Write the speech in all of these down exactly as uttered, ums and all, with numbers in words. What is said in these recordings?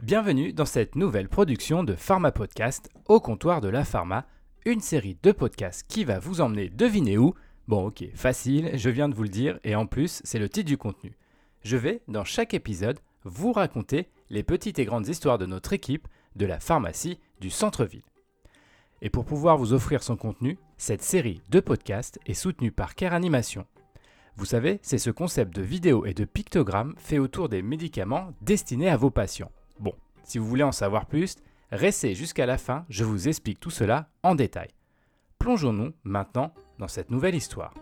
Bienvenue dans cette nouvelle production de Pharma Podcast au comptoir de la pharma, une série de podcasts qui va vous emmener devinez où. Bon ok, facile, je viens de vous le dire et en plus c'est le titre du contenu. Je vais, dans chaque épisode, vous raconter les petites et grandes histoires de notre équipe de la pharmacie du centre-ville. Et pour pouvoir vous offrir son contenu, cette série de podcasts est soutenue par Care Animation. Vous savez, c'est ce concept de vidéo et de pictogrammes fait autour des médicaments destinés à vos patients. Bon, si vous voulez en savoir plus, restez jusqu'à la fin, je vous explique tout cela en détail. Plongeons-nous maintenant dans cette nouvelle histoire.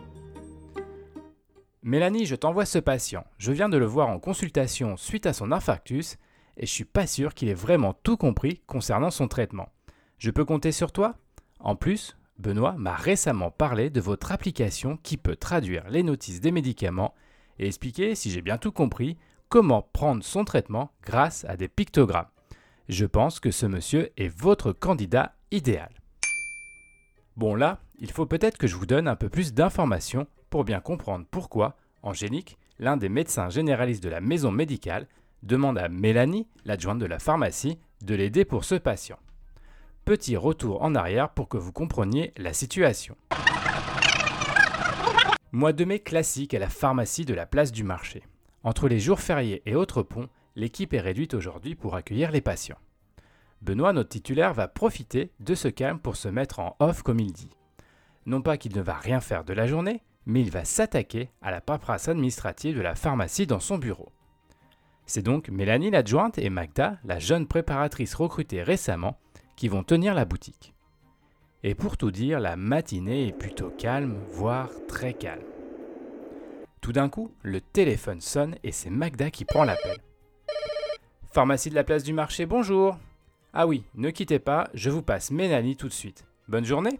Mélanie, je t'envoie ce patient. Je viens de le voir en consultation suite à son infarctus et je suis pas sûr qu'il ait vraiment tout compris concernant son traitement. Je peux compter sur toi ? En plus, Benoît m'a récemment parlé de votre application qui peut traduire les notices des médicaments et expliquer, si j'ai bien tout compris, comment prendre son traitement grâce à des pictogrammes. Je pense que ce monsieur est votre candidat idéal. Bon là, il faut peut-être que je vous donne un peu plus d'informations pour bien comprendre pourquoi Angélique, l'un des médecins généralistes de la maison médicale, demande à Mélanie, l'adjointe de la pharmacie, de l'aider pour ce patient. Petit retour en arrière pour que vous compreniez la situation. Mois de mai classique à la pharmacie de la place du marché. Entre les jours fériés et autres ponts, l'équipe est réduite aujourd'hui pour accueillir les patients. Benoît, notre titulaire, va profiter de ce calme pour se mettre en off comme il dit. Non pas qu'il ne va rien faire de la journée, mais il va s'attaquer à la paperasse administrative de la pharmacie dans son bureau. C'est donc Mélanie l'adjointe et Magda, la jeune préparatrice recrutée récemment, qui vont tenir la boutique. Et pour tout dire, la matinée est plutôt calme, voire très calme. Tout d'un coup, le téléphone sonne et c'est Magda qui prend l'appel. Pharmacie de la place du marché, bonjour. Ah oui, ne quittez pas, je vous passe Mélanie tout de suite. Bonne journée.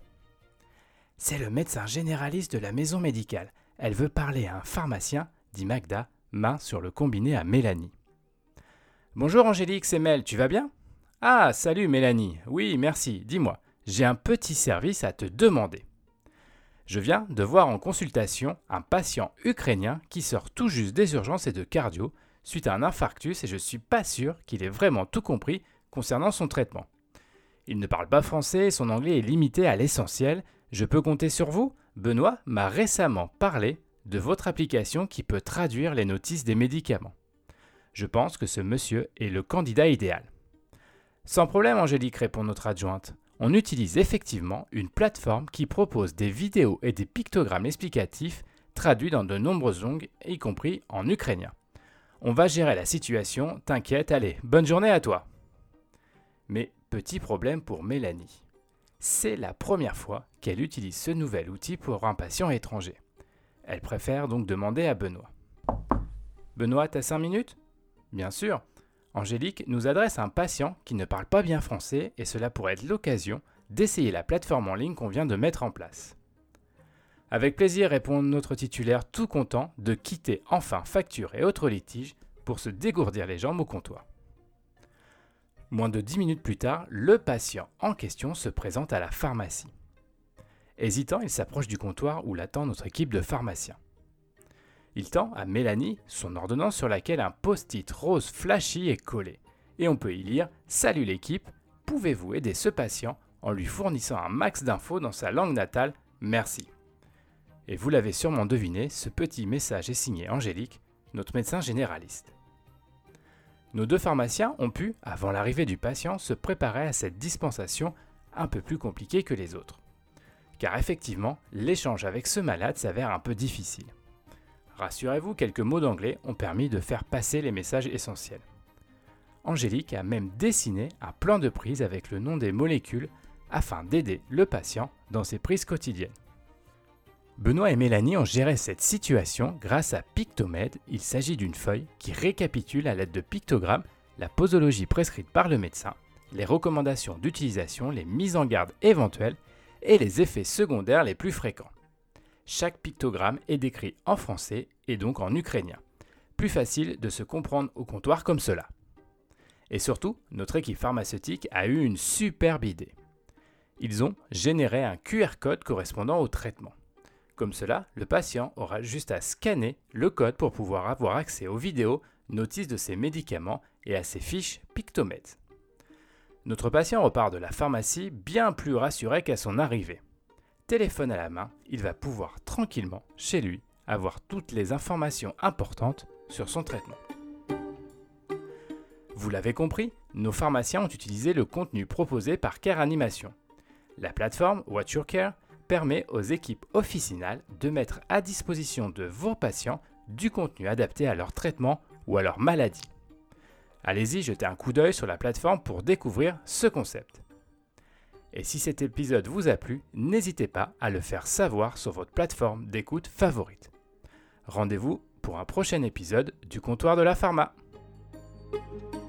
C'est le médecin généraliste de la maison médicale. Elle veut parler à un pharmacien, dit Magda, main sur le combiné à Mélanie. Bonjour Angélique, c'est Mel, tu vas bien ? Ah, salut Mélanie. Oui, merci. Dis-moi, j'ai un petit service à te demander. Je viens de voir en consultation un patient ukrainien qui sort tout juste des urgences et de cardio suite à un infarctus et je ne suis pas sûr qu'il ait vraiment tout compris concernant son traitement. Il ne parle pas français et son anglais est limité à l'essentiel. Je peux compter sur vous ? Benoît m'a récemment parlé de votre application qui peut traduire les notices des médicaments. Je pense que ce monsieur est le candidat idéal. Sans problème, Angélique, répond notre adjointe. On utilise effectivement une plateforme qui propose des vidéos et des pictogrammes explicatifs traduits dans de nombreuses langues, y compris en ukrainien. On va gérer la situation, t'inquiète, allez, bonne journée à toi. Mais petit problème pour Mélanie. C'est la première fois qu'elle utilise ce nouvel outil pour un patient étranger. Elle préfère donc demander à Benoît. Benoît, t'as cinq minutes ? Bien sûr. Angélique nous adresse un patient qui ne parle pas bien français et cela pourrait être l'occasion d'essayer la plateforme en ligne qu'on vient de mettre en place. Avec plaisir, répond notre titulaire tout content de quitter enfin facture et autres litiges pour se dégourdir les jambes au comptoir. Moins de dix minutes plus tard, le patient en question se présente à la pharmacie. Hésitant, il s'approche du comptoir où l'attend notre équipe de pharmaciens. Il tend à Mélanie son ordonnance sur laquelle un post-it rose flashy est collé. Et on peut y lire « Salut l'équipe, pouvez-vous aider ce patient en lui fournissant un max d'infos dans sa langue natale ? Merci ». Et vous l'avez sûrement deviné, ce petit message est signé Angélique, notre médecin généraliste. Nos deux pharmaciens ont pu, avant l'arrivée du patient, se préparer à cette dispensation un peu plus compliquée que les autres. Car effectivement, l'échange avec ce malade s'avère un peu difficile. Rassurez-vous, quelques mots d'anglais ont permis de faire passer les messages essentiels. Angélique a même dessiné un plan de prise avec le nom des molécules afin d'aider le patient dans ses prises quotidiennes. Benoît et Mélanie ont géré cette situation grâce à Pictomed. Il s'agit d'une feuille qui récapitule à l'aide de pictogrammes la posologie prescrite par le médecin, les recommandations d'utilisation, les mises en garde éventuelles et les effets secondaires les plus fréquents. Chaque pictogramme est décrit en français et donc en ukrainien. Plus facile de se comprendre au comptoir comme cela. Et surtout, notre équipe pharmaceutique a eu une superbe idée. Ils ont généré un Q R code correspondant au traitement. Comme cela, le patient aura juste à scanner le code pour pouvoir avoir accès aux vidéos notice de ses médicaments et à ses fiches Pictomètre. Notre patient repart de la pharmacie bien plus rassuré qu'à son arrivée. Téléphone à la main, il va pouvoir tranquillement, chez lui, avoir toutes les informations importantes sur son traitement. Vous l'avez compris, nos pharmaciens ont utilisé le contenu proposé par Care Animation. La plateforme Watch Your Care permet aux équipes officinales de mettre à disposition de vos patients du contenu adapté à leur traitement ou à leur maladie. Allez-y jeter un coup d'œil sur la plateforme pour découvrir ce concept. Et si cet épisode vous a plu, n'hésitez pas à le faire savoir sur votre plateforme d'écoute favorite. Rendez-vous pour un prochain épisode du Comptoir de la Pharma.